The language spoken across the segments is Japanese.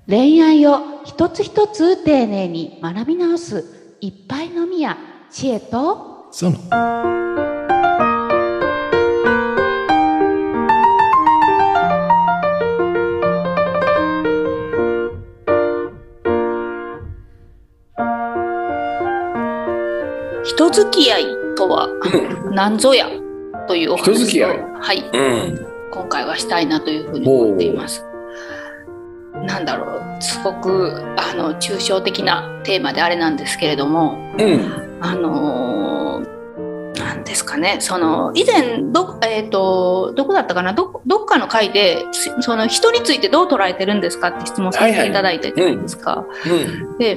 恋愛を一つ一つ丁寧に学び直すいっぱいのみや知恵とその人付き合いとは何ぞやというお話を、 人付き合い、 はい、今回はしたいなというふうに思っています。なんだろう、すごく抽象的なテーマであれなんですけれども、なんですかね、その以前どこだったかな、どっかの回でその人についてどう捉えてるんですかって質問させていただいたじゃないですか。で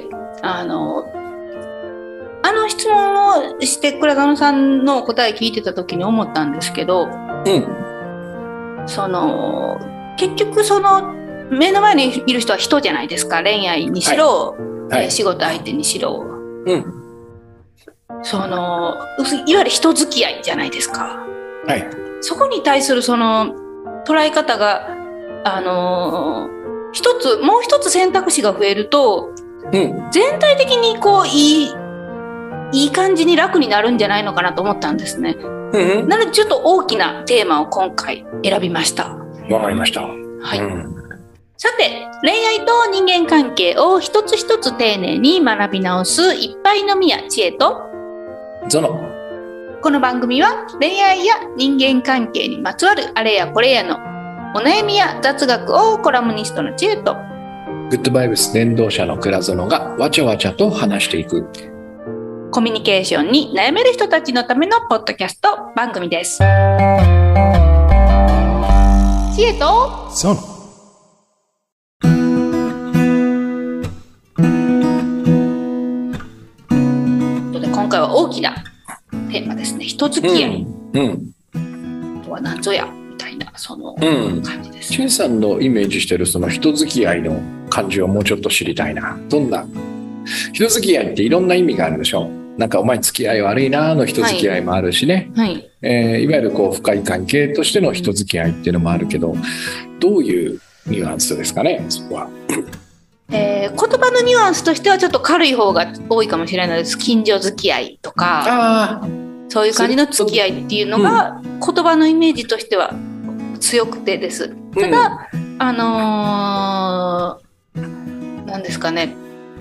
質問をして倉園さんの答え聞いてた時に思ったんですけど、その結局その目の前にいる人は人じゃないですか。恋愛にしろ、仕事相手にしろ、そのいわゆる人付き合いじゃないですか。そこに対するその捉え方がもう一つ選択肢が増えると、全体的にこういい感じに楽になるんじゃないのかなと思ったんですね。なのでちょっと大きなテーマを今回選びました。 わかりました。 さて、恋愛と人間関係を一つ一つ丁寧に学び直すいっぱいのみや知恵とゾノ。 この番組は恋愛や人間関係にまつわるあれやこれやのお悩みや雑学をコラムニストの知恵とグッドバイブス伝道者の倉園がわちゃわちゃと話していくコミュニケーションに悩める人たちのためのポッドキャスト番組です。知恵とゾノ。 今回は大きなテーマですね。人付き合いとは何ぞやみたいなその感じです。 知恵さんのイメージしてるその人付き合いの感じをもうちょっと知りたいな。どんな人付き合いっていろんな意味があるでしょ。なんかお前付き合い悪いなの人付き合いもあるしね、いわゆるこう深い関係としての人付き合いっていうのもあるけど、どういうニュアンスですかね、そこは。 言葉のニュアンスとしてはちょっと軽い方が多いかもしれないです。近所付き合いとかそういう感じの付き合いっていうのが言葉のイメージとしては強くてです。ただ、なんですかね、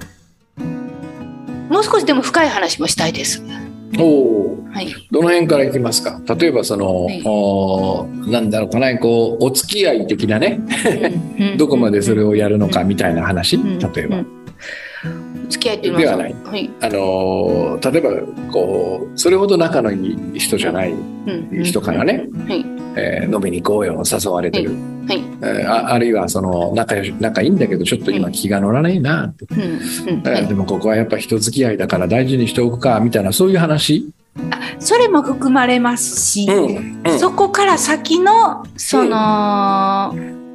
もう少しでも深い話もしたいです。どの辺からいきますか。例えばその、なんだろうかな、こうお付き合い的なねどこまでそれをやるのかみたいな話、例えば、お付き合いっていうのはではない、例えばこうそれほど仲のいい人じゃない人からね、飲みに行こうよ誘われてる、あるいはその仲いいんだけどちょっと今気が乗らないなって、でもここはやっぱ人付き合いだから大事にしておくかみたいな、そういう話。 それも含まれますし、そこから先のその、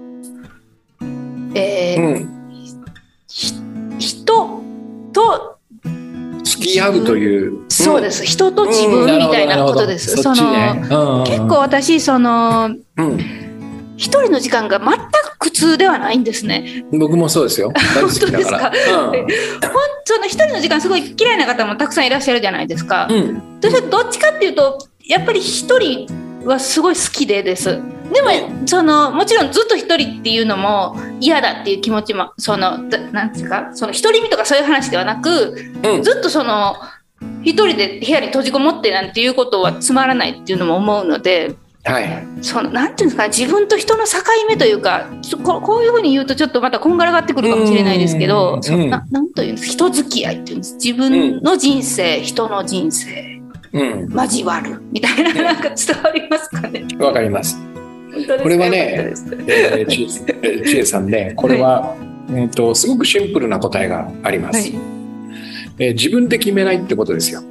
人と付き合うという、 そうです、人と自分みたいなことです。結構私その、一人の時間が全く苦痛ではないんですね。 僕もそうですよ。大好きだから。 その一人の時間すごい嫌いな方もたくさんいらっしゃるじゃないですか。私はどっちかっていうとやっぱり一人はすごい好きでです。でもそのもちろんずっと一人っていうのも嫌だっていう気持ちもなんていうか、その独り身とかそういう話ではなく、ずっとその一人で部屋に閉じこもってなんていうことはつまらないっていうのも思うので、そのなんていうんですかね、自分と人の境目というか、こういうふうに言うとちょっとまたこんがらがってくるかもしれないですけど、なんというんです、人付き合いっていうんです。自分の人生、人の人生、交わるみたいな、なんか伝わりますかね。 わかります。これはね、千恵さんね、これは、すごくシンプルな答えがあります。自分で決めないってことですよ。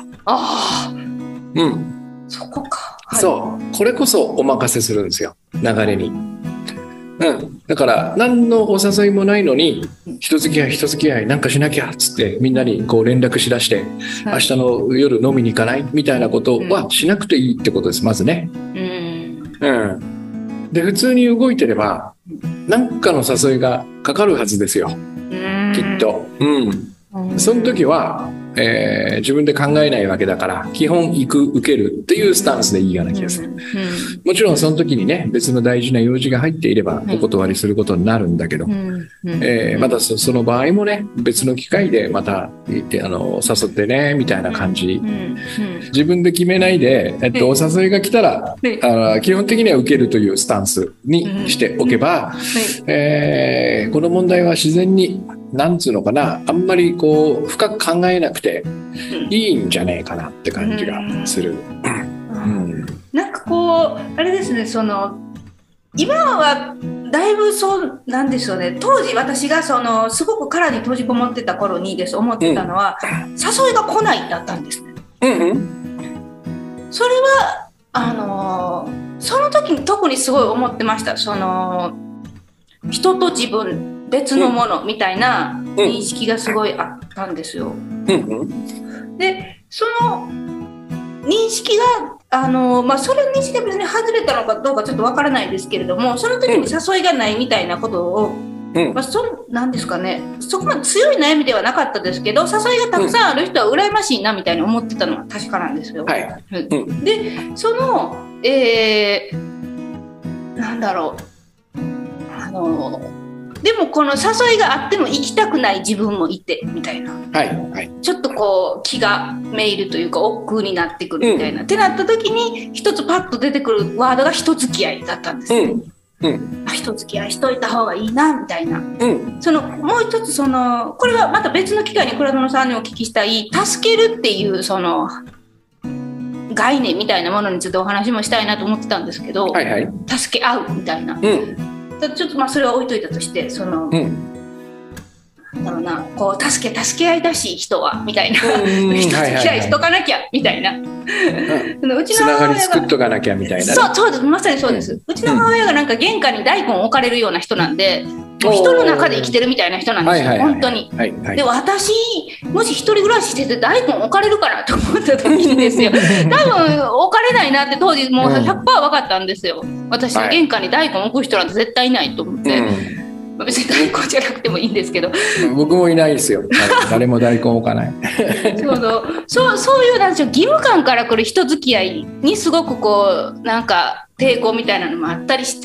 そこか。 そう、これこそお任せするんですよ、流れに。だから何のお誘いもないのに人付き合いなんかしなきゃっつってみんなにこう連絡しだして、明日の夜飲みに行かないみたいなことはしなくていいってことです、まずね。で普通に動いてればなんかの誘いがかかるはずですよ、きっと。その時は、自分で考えないわけだから基本行く受けるっていうスタンスでいいような気がする。もちろんその時にね別の大事な用事が入っていればお断りすることになるんだけど、またその場合もね別の機会でまた誘ってねみたいな感じ、自分で決めないで、お誘いが来たら基本的には受けるというスタンスにしておけば、この問題は自然になんつうのかな、あんまりこう深く考えなくていいんじゃねえかなって感じがする。 なんかこうあれですね、今はだいぶそうなんですよね。当時私がすごく殻に閉じこもってた頃に思ってたのは、誘いが来ないだったんですね。それはその時に特にすごい思ってました。人と自分別のものみたいな認識がすごいあったんですよ。でその認識がそれの認識が別に外れたのかどうかちょっとわからないですけれども、その時に誘いがないみたいなことを、なんですかね、そこまで強い悩みではなかったですけど、誘いがたくさんある人は羨ましいなみたいに思ってたのは確かなんですよ。でなんだろう、でもこの誘いがあっても行きたくない自分もいてみたいな、ちょっとこう気がめいるというか億劫になってくるみたいな、ってなった時に一つパッと出てくるワードが人付き合いだったんですよ。人付き合いしといた方がいいなみたいな、もう一つこれはまた別の機会に倉園さんにお聞きしたい助けるっていう概念みたいなものについてお話もしたいなと思ってたんですけど、助け合うみたいな、ちょっとそれは置いといたとして、なんだろうな、こう助け合いだし人はみたいな、人付き合いしとかなきゃみたいな、うちのつながり作っとかなきゃみたいな、 そうです、まさにそうです。うちの母親がなんか玄関に大根を置かれるような人なんで、もう人の中で生きてるみたいな人なんですよ、本当に。で私もし一人暮らししてて大根置かれるかなと思った時にですよ、多分置かれないなって当時もう 100% 分かったんですよ。私玄関に大根置く人なんて絶対いないと思って、別に大根じゃなくてもいいんですけど、 僕もいないですよ、誰も大根置かないそういうなんでしょう、義務感から来る人付き合いにすごくこうなんか抵抗みたいなのもあったりして、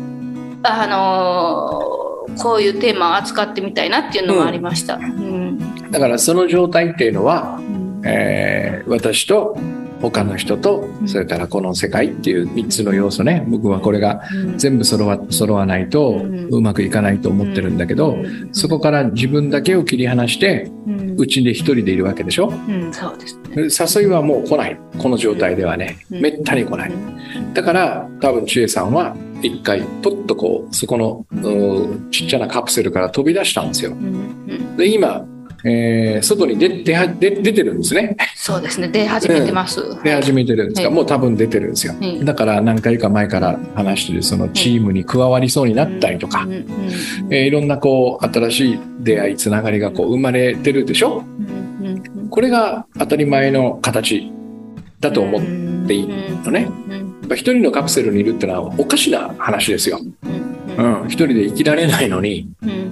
こういうテーマを扱ってみたいなっていうのもありました。 だからその状態っていうのは、私と他の人とそれからこの世界っていう3つの要素ね、僕はこれが全部揃わないとうまくいかないと思ってるんだけど、そこから自分だけを切り離してうちで一人でいるわけでしょ。 そうですね。 誘いはもう来ない、この状態ではね、めったに来ない。だから多分千恵さんは一回ポッとこうそこのちっちゃなカプセルから飛び出したんですよ。で今外に出てるんですね。 そうですね、出始めてます。 出始めてるんですか、もう多分出てるんですよ。だから何回か前から話してるそのチームに加わりそうになったりとか、いろんなこう新しい出会いつながりがこう生まれてるでしょ。これが当たり前の形だと思っていいのね。一人のカプセルにいるってのはおかしな話ですよ。一人で生きられないのに。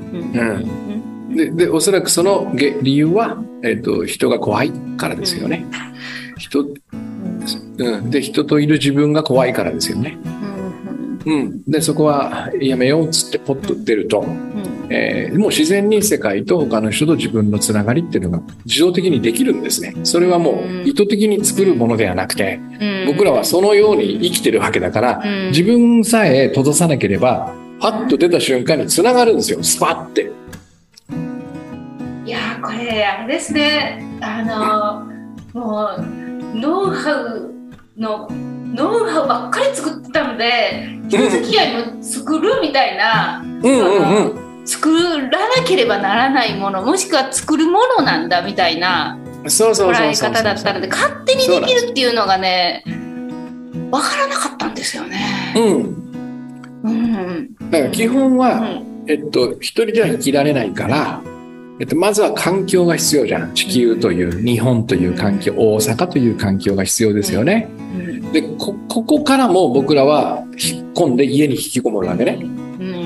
でおそらくその理由は、人が怖いからですよね。で人といる自分が怖いからですよね。でそこはやめようっつってポッと出ると、もう自然に世界と他の人と自分のつながりっていうのが自動的にできるんですね。それはもう意図的に作るものではなくて、僕らはそのように生きてるわけだから、自分さえ閉ざさなければパッと出た瞬間につながるんですよ、スパッて。 いやこれあれですね、もうノウハウばっかり作ってたので、人付き合いも作るみたいな、作らなければならないもの、もしくは作るものなんだみたいな捉え方だったので、勝手にできるっていうのがね分からなかったんですよね。 だから基本は、一人では生きられないから、まずは環境が必要じゃん。地球という日本という環境、大阪という環境が必要ですよね。でここからも僕らは引っ込んで家に引きこもるわけね。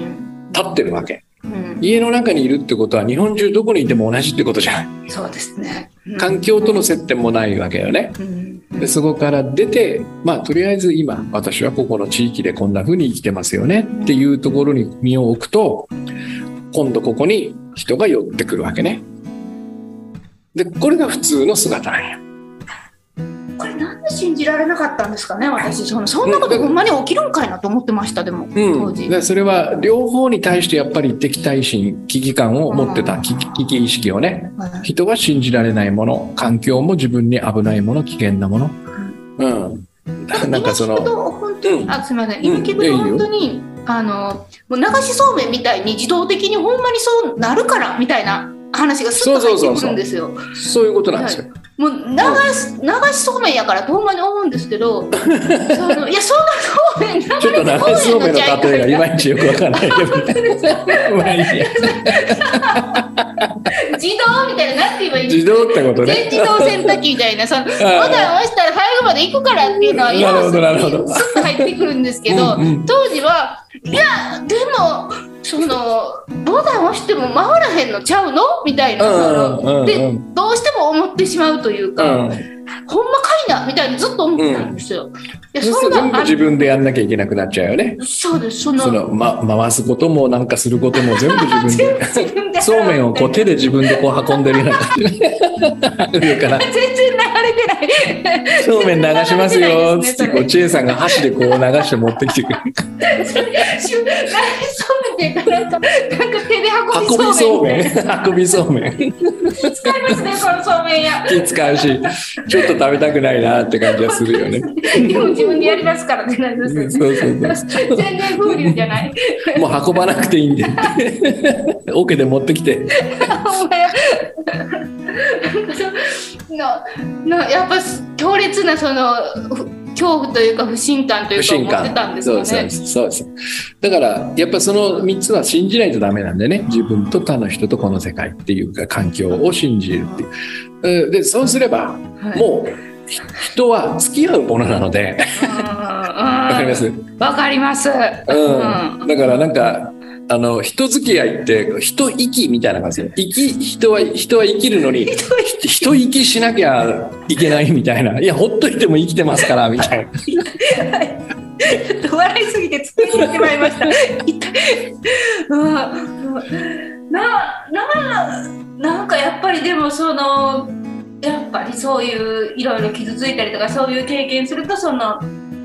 立ってるわけ。家の中にいるってことは日本中どこにいても同じってことじゃない。 そうですね。 環境との接点もないわけよね。でそこから出て、とりあえず今私はここの地域でこんな風に生きてますよねっていうところに身を置くと、今度ここに人が寄ってくるわけね。でこれが普通の姿なんや。 これなんで信じられなかったんですかね、私。そんなことほんまに起きるんかいなと思ってました。でも当時、 それは両方に対してやっぱり敵対心、危機感を持ってた、危機意識をね、人が信じられないもの、環境も自分に危ないもの、危険なもの、なんかその本当に、すみません、今聞くと本当にもう流しそうめんみたいに自動的にほんまにそうなるからみたいな話がスッと入ってくるんですよ。 そういうことなんですよ。 もう流しそうめんやからとほんまに思うんですけど、いやそんなそうめんちょっと流しそうめんの例えがいまいちよくわからないけど自動みたいな、なんて言えばいいんですか。 自動ってことね。 全自動洗濯機みたいな、ボタン押したら最後まで行くからっていうのはスッと入ってくるんですけど、当時はいやでもボタン押しても回らへんのちゃうのみたいな、でどうしても思ってしまうというか、ほんまかいなみたいにずっと思ってたんですよ。 全部自分でやんなきゃいけなくなっちゃうよね。 そうです。 回すこともなんかすることも全部自分でそうめんを手で自分で運んでるような感じ上から全然流れてないそうめん流しますよつって千恵さんが箸で流して持ってきてくれるそうめんってなんか手で運びそうめん運びそうめん使いますね、このそうめん屋。 気使うし、ちょっと食べたくないなって感じがするよね。 でも自分でやりますからね。全然風流じゃない。 もう運ばなくていいんで桶で持ってきてやっぱ強烈な恐怖というか不信感というか思ってたんですよね。 そうです。だからやっぱその3つは信じないとダメなんでね。自分と他の人とこの世界っていうか環境を信じるっていう。でそうすれば、もう人は付き合うものなのでわかります？ わかります。だからなんか人付き合いって人息みたいな感じで人は生きるのに人息しなきゃいけないみたいな、いやほっといても生きてますからみたいなちょっと笑いすぎて机に行ってまいりましたなんかやっぱりでもやっぱりそういういろいろ傷ついたりとかそういう経験するとその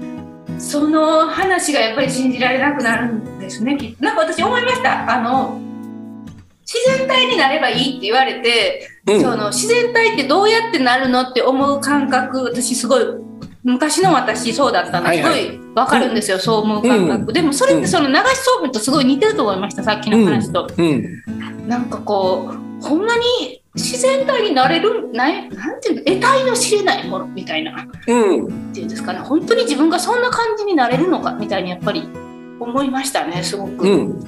話がやっぱり信じられなくなるんですね。なんか私思いました。自然体になればいいって言われて、自然体ってどうやってなるのって思う感覚、私すごい昔の私そうだったのすごい分かるんですよ、そう思う感覚。でもそれって流しそうめんとすごい似てると思いました、さっきの話と。なんかほんまに自然体になれるなんていうの、得体の知れないものみたいな、っていうんですかね、本当に自分がそんな感じになれるのかみたいにやっぱり思いましたね、すごく。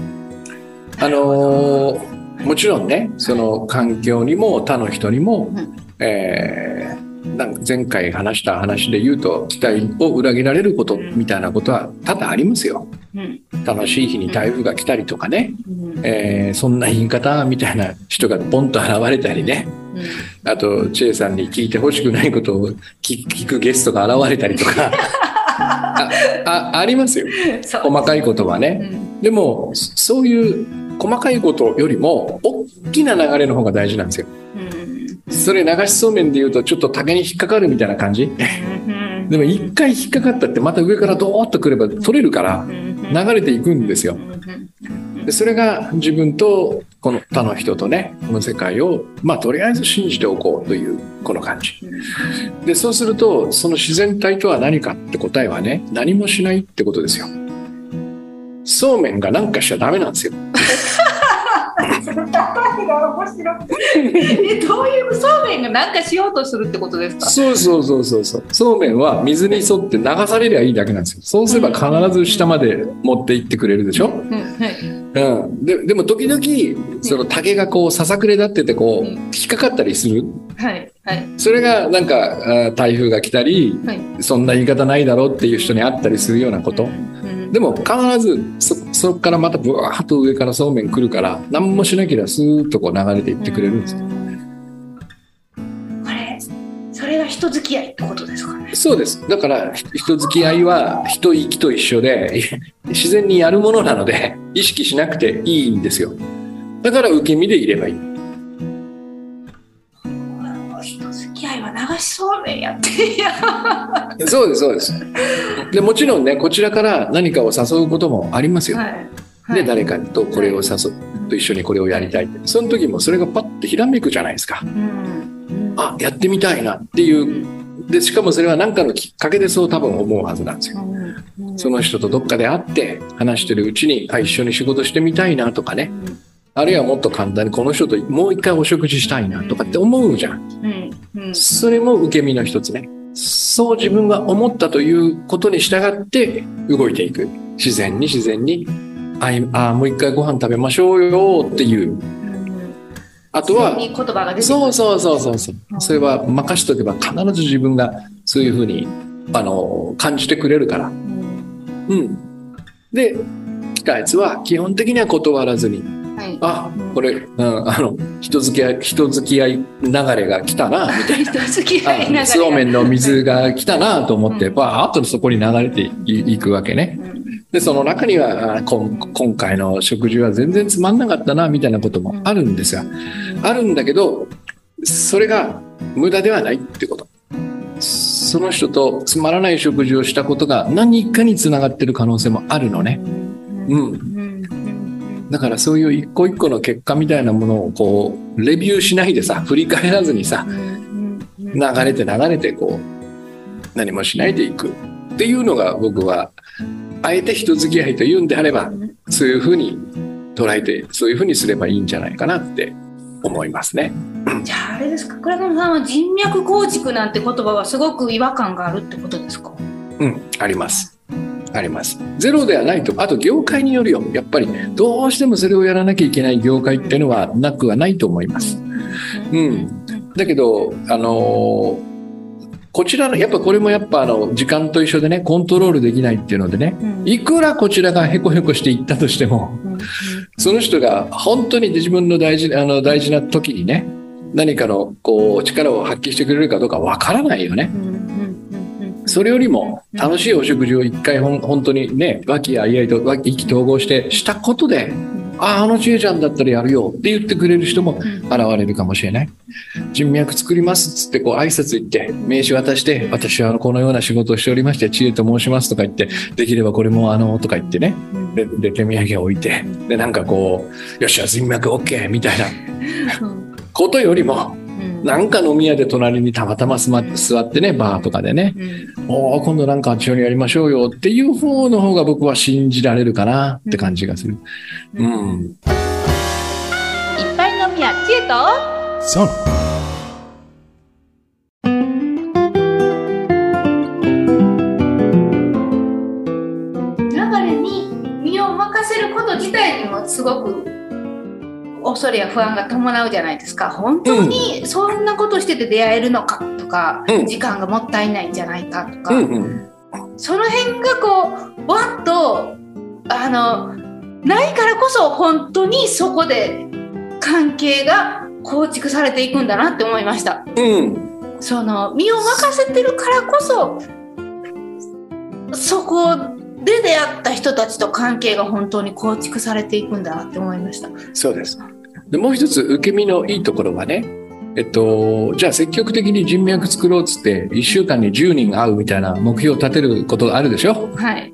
もちろんね、その環境にも他の人にも、なんか前回話した話で言うと期待を裏切られることみたいなことは多々ありますよ。楽しい日に台風が来たりとかね、そんな言い方みたいな人がポンと現れたりね、あと千恵さんに聞いてほしくないことを聞くゲストが現れたりとかありますよ、細かいことはね。でもそういう細かいことよりも大きな流れの方が大事なんですよ。それ流しそうめんで言うとちょっと竹に引っかかるみたいな感じでも一回引っかかったってまた上からドーッとくれば取れるから流れていくんですよ。でそれが自分とこの他の人とね、この世界をとりあえず信じておこうというこの感じで、そうするとその自然体とは何かって答えはね、何もしないってことですよ。そうめんが何かしちゃダメなんですよ面白いどういうそうめんが何かしようとするってことですか？ そうそうめんは水に沿って流されりゃいいだけなんですよ。そうすれば必ず下まで持って行ってくれるでしょ。でも時々その竹がささくれ立ってて引っかかったりする、それがなんか台風が来たり、そんな言い方ないだろうっていう人に会ったりするようなこと、 でも必ずそこからまたブワーッと上からそうめん来るから何もしなければスーッとこう流れていってくれるんです。 それが人付き合いってことですかね。 そうです。だから人付き合いは人生きと一緒で自然にやるものなので意識しなくていいんですよ。だから受け身でいればいい。 人付き合いは流しそうめんやってそうですそうです。でもちろんねこちらから何かを誘うこともありますよ。で誰かとこれを誘う、と一緒にこれをやりたいって、その時もそれがパッとひらめくじゃないですか。あ、やってみたいなっていう。でしかもそれは何かのきっかけでそう多分思うはずなんですよ。その人とどっかで会って話してるうちに一緒に仕事してみたいなとかね、あるいはもっと簡単にこの人ともう一回お食事したいなとかって思うじゃん。それも受け身の一つね。そう自分が思ったということに従って動いていく。自然にもう一回ご飯食べましょうよっていう。あとはそうそれは任しとけば必ず自分がそういうふうに感じてくれるから。で来たやつは基本的には断らずに、これ、人付き合い流れが来たなみたいなそうめんの水が来たなと思ってバーッとそこに流れていくわけね。でその中には今回の食事は全然つまんなかったなみたいなこともあるんですが、あるんだけどそれが無駄ではないってこと。その人とつまらない食事をしたことが何かにつながってる可能性もあるのね。だからそういう一個一個の結果みたいなものをこうレビューしないでさ、振り返らずにさ、流れてこう何もしないでいくっていうのが、僕はあえて人付き合いというんであればそういうふうに捉えてそういうふうにすればいいんじゃないかなって思いますね。 じゃああれですか、倉上さんは人脈構築なんて言葉はすごく違和感があるってことですか？ ありますゼロではないと。あと業界によるよ。やっぱりどうしてもそれをやらなきゃいけない業界っていうのはなくはないと思います。だけどこちらのやっぱこれも時間と一緒でね、コントロールできないっていうのでね、いくらこちらがヘコヘコしていったとしても、その人が本当に自分の大事な時にね、何かのこう力を発揮してくれるかどうかわからないよね。それよりも楽しいお食事を一回本当にね、和気あいあいと意気投合したことで、ちえちゃんだったらやるよって言ってくれる人も現れるかもしれない。人脈作りますっつってこう挨拶行って名刺渡して、私はこのような仕事をしておりましてちえと申しますとか言って、できればこれもとか言ってね、で手土産を置いて、でなんかこうよっしゃ人脈 OK みたいなことよりも、なんか飲み屋で隣にたまたま座ってね、バーとかでね、今度なんか一緒にやりましょうよっていう方の方が僕は信じられるかなって感じがする。いっぱい飲み屋知恵とそう流れに身を任せること自体にもすごく恐れや不安が伴うじゃないですか。本当にそんなことしてて出会えるのかとか、時間がもったいないんじゃないかとか、その辺がこうわっとないからこそ本当にそこで関係が構築されていくんだなって思いました。その身を任せてるからこそそこで出会った人たちと関係が本当に構築されていくんだなって思いました。 そうです。でもう一つ受け身のいいところはね、じゃあ積極的に人脈作ろうっつって1週間に10人会うみたいな目標を立てることがあるでしょ。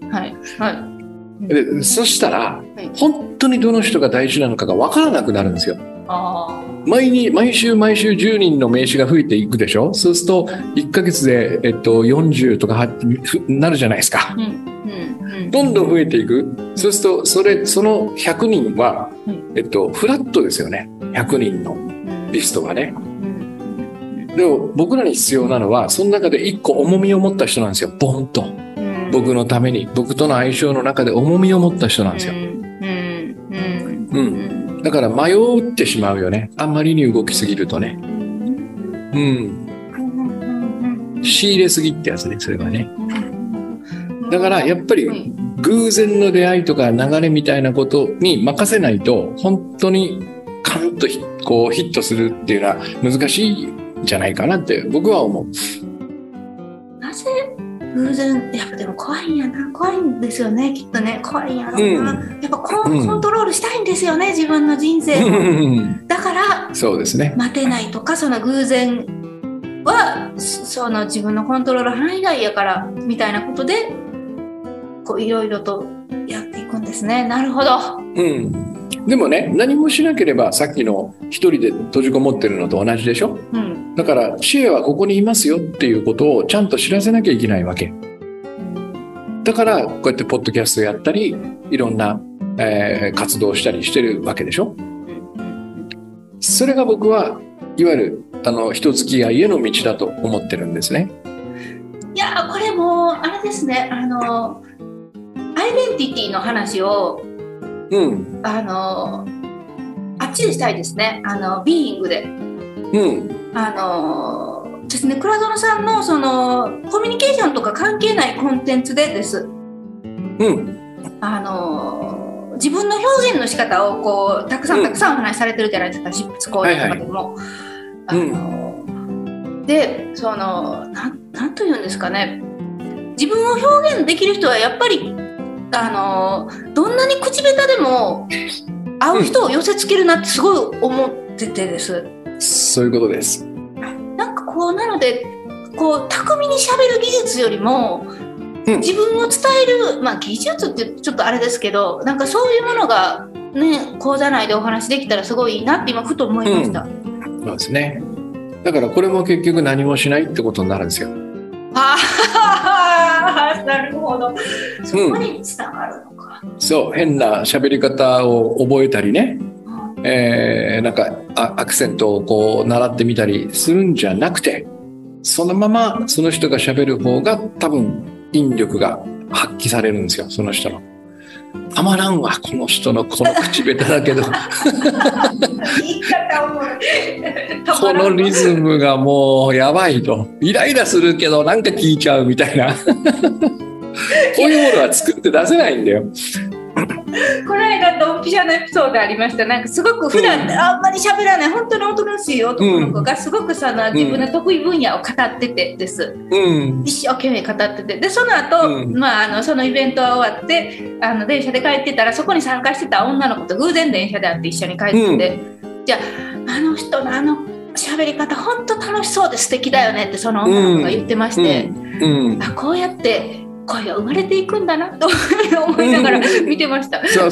でそしたら、本当にどの人が大事なのかが分からなくなるんですよ。毎週10人の名刺が増えていくでしょ。そうすると1ヶ月で、40とかなるじゃないですか。どんどん増えていく。そうするとその100人は、フラットですよね。100人のリストがね。でも僕らに必要なのはその中で1個重みを持った人なんですよ。ボンと僕のために、僕との相性の中で重みを持った人なんですよ。だから迷ってしまうよね。あんまりに動きすぎるとね。仕入れすぎってやつね、それはね。だからやっぱり偶然の出会いとか流れみたいなことに任せないと、本当にカンとこうヒットするっていうのは難しいんじゃないかなって僕は思う。 なぜ偶然、やっぱでも怖いんやな、怖いんですよね、きっとね、怖いんやろうな、やっぱコントロールしたいんですよね、自分の人生を。だからそうですね、 待てないとか、その偶然はその自分のコントロール範囲外やからみたいなことでこういろいろとやっていくんですね。なるほど。 でもね、何もしなければさっきの一人で閉じこもってるのと同じでしょ。だからシエはここにいますよっていうことをちゃんと知らせなきゃいけないわけ。だからこうやってポッドキャストやったりいろんな、活動をしたりしてるわけでしょ。それが僕はいわゆる人付き合いへの道だと思ってるんですね。 いやこれもあれですね、アイデンティティの話を、あっちでしたいですね。ビーイングで。ですね、倉園さんのそのコミュニケーションとか関係ないコンテンツでです。自分の表現の仕方をこうたくさんお話しされてるじゃないですか、執筆講演とかでも。で、そのなんというんですかね、自分を表現できる人はやっぱりどんなに口下手でも会う人を寄せつけるなってすごい思っててです。 そういうことです。 なんかこうなのでこう巧みにしゃべる技術よりも、自分を伝える、技術ってちょっとあれですけど、なんかそういうものがね、講座内でお話できたらすごいいいなって今ふと思いました。 そうですね。だからこれも結局何もしないってことになるんですよ。 なるほど。そこにつながるのか。 そう、変な喋り方を覚えたりね、なんかアクセントをこう習ってみたりするんじゃなくて、そのままその人が喋る方が多分引力が発揮されるんですよ、その人の。たまらんわ、この人のこの口下手だけど言い方をこのリズムがもうやばいと、イライラするけどなんか聞いちゃうみたいなこういうものは作って出せないんだよ。 この間ドンピシャのエピソードありました。なんかすごく普段あんまり喋らない本当におとなしい男の子がすごく自分の得意分野を語っててです、一生懸命語ってて、でその後、そのイベントは終わって電車で帰ってたら、そこに参加してた女の子と偶然電車で会って一緒に帰ってて、じゃあ人の喋り方本当楽しそうで素敵だよねってその女の子が言ってまして、こうやって声が生まれていくんだなと思いながら見てました。 そう。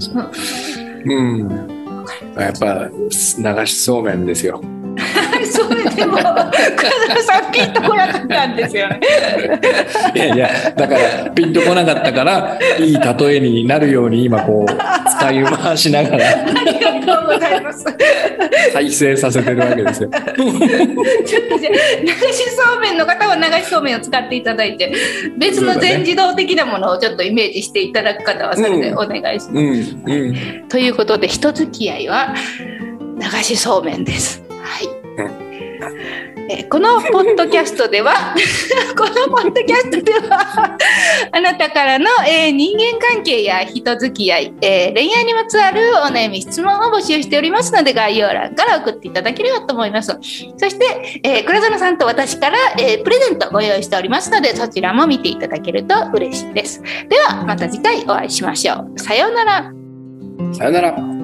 やっぱ流しそうめんですよ。 それでも倉田さんピンとこなかったんですよね。 いやだからピンとこなかったからいい例えになるように今こう使い回しながらありがとうございます。 再生させてるわけですよ。ちょっとじゃあ流しそうめんの方は流しそうめんを使っていただいて、別の全自動的なものをちょっとイメージしていただく方はそれでお願いします。ということで人付き合いは流しそうめんです。はい。このポッドキャストではあなたからの、人間関係や人付き合い、恋愛にまつわるお悩み質問を募集しておりますので、概要欄から送っていただければと思います。そして、倉園さんと私から、プレゼントご用意しておりますので、そちらも見ていただけると嬉しいです。ではまた次回お会いしましょう。さようなら。 さようなら。